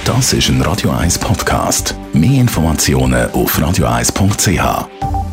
Das ist ein Radio 1 Podcast. Mehr Informationen auf radio1.ch.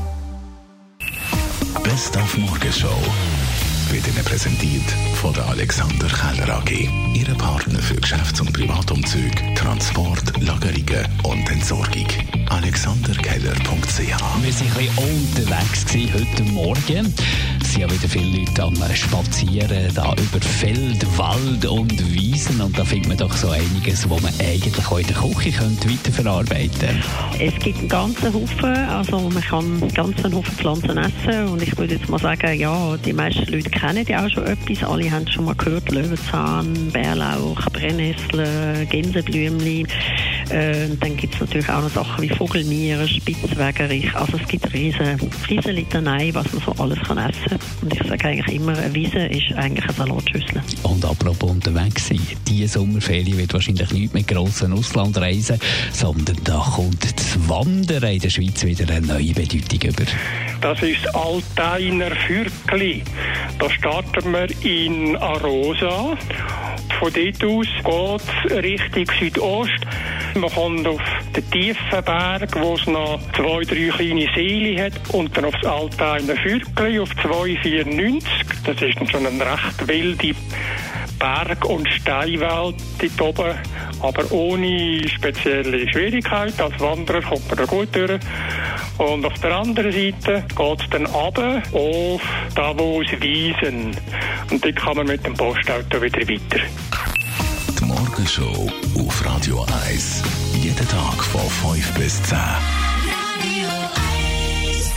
Best auf Morgenshow wird Ihnen präsentiert von der Alexander Keller AG. Ihre Partner für Geschäfts- und Privatumzüge, Transport, Lagerungen und Entsorgung. alexanderkeller.ch. Wir waren ein bisschen unterwegs heute Morgen. Es sind ja wieder viele Leute am Spazieren, da über Feld, Wald und Wiesen. Und da findet man doch so einiges, was man eigentlich auch in der Küche weiterverarbeiten könnte. Es gibt einen ganzen Haufen, also man kann einen ganzen Haufen Pflanzen essen. Und ich würde jetzt mal sagen, ja, die meisten Leute kennen ja auch schon etwas. Alle haben schon mal gehört, Löwenzahn, Bärlauch, Brennnessel, Gänseblümchen. Dann gibt es natürlich auch noch Sachen wie Vogelmieren, Spitzwegerich. Also es gibt eine riesen Litanei, was man so alles kann essen kann. Und ich sage eigentlich immer, eine Wiese ist eigentlich eine Salatschüssel. Und apropos unterwegs sein, diese Sommerferien wird wahrscheinlich nicht mit grossen Auslandreisen, sondern da kommt das Wandern in der Schweiz wieder eine neue Bedeutung über. Das ist das Alteiner Fürkli. Da starten wir in Arosa. Von dort aus geht es Richtung Südost. Man kommt auf den tiefen Berg, wo es noch 2-3 kleine Seele hat, und dann auf das Alteiner Fürkli auf 2,94. Das ist dann schon eine recht wilde Berg- und Steinwelt dort oben, aber ohne spezielle Schwierigkeit. Als Wanderer kommt man da gut durch. Und auf der anderen Seite geht es dann runter auf Davos-Wiesen. Und dort kann man mit dem Postauto wieder weiter. Die Morgenshow auf Radio 1. Jeden Tag von 5 bis 10. Radio 1.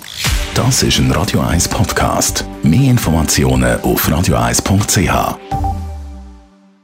Das ist ein Radio 1 Podcast. Mehr Informationen auf radio1.ch.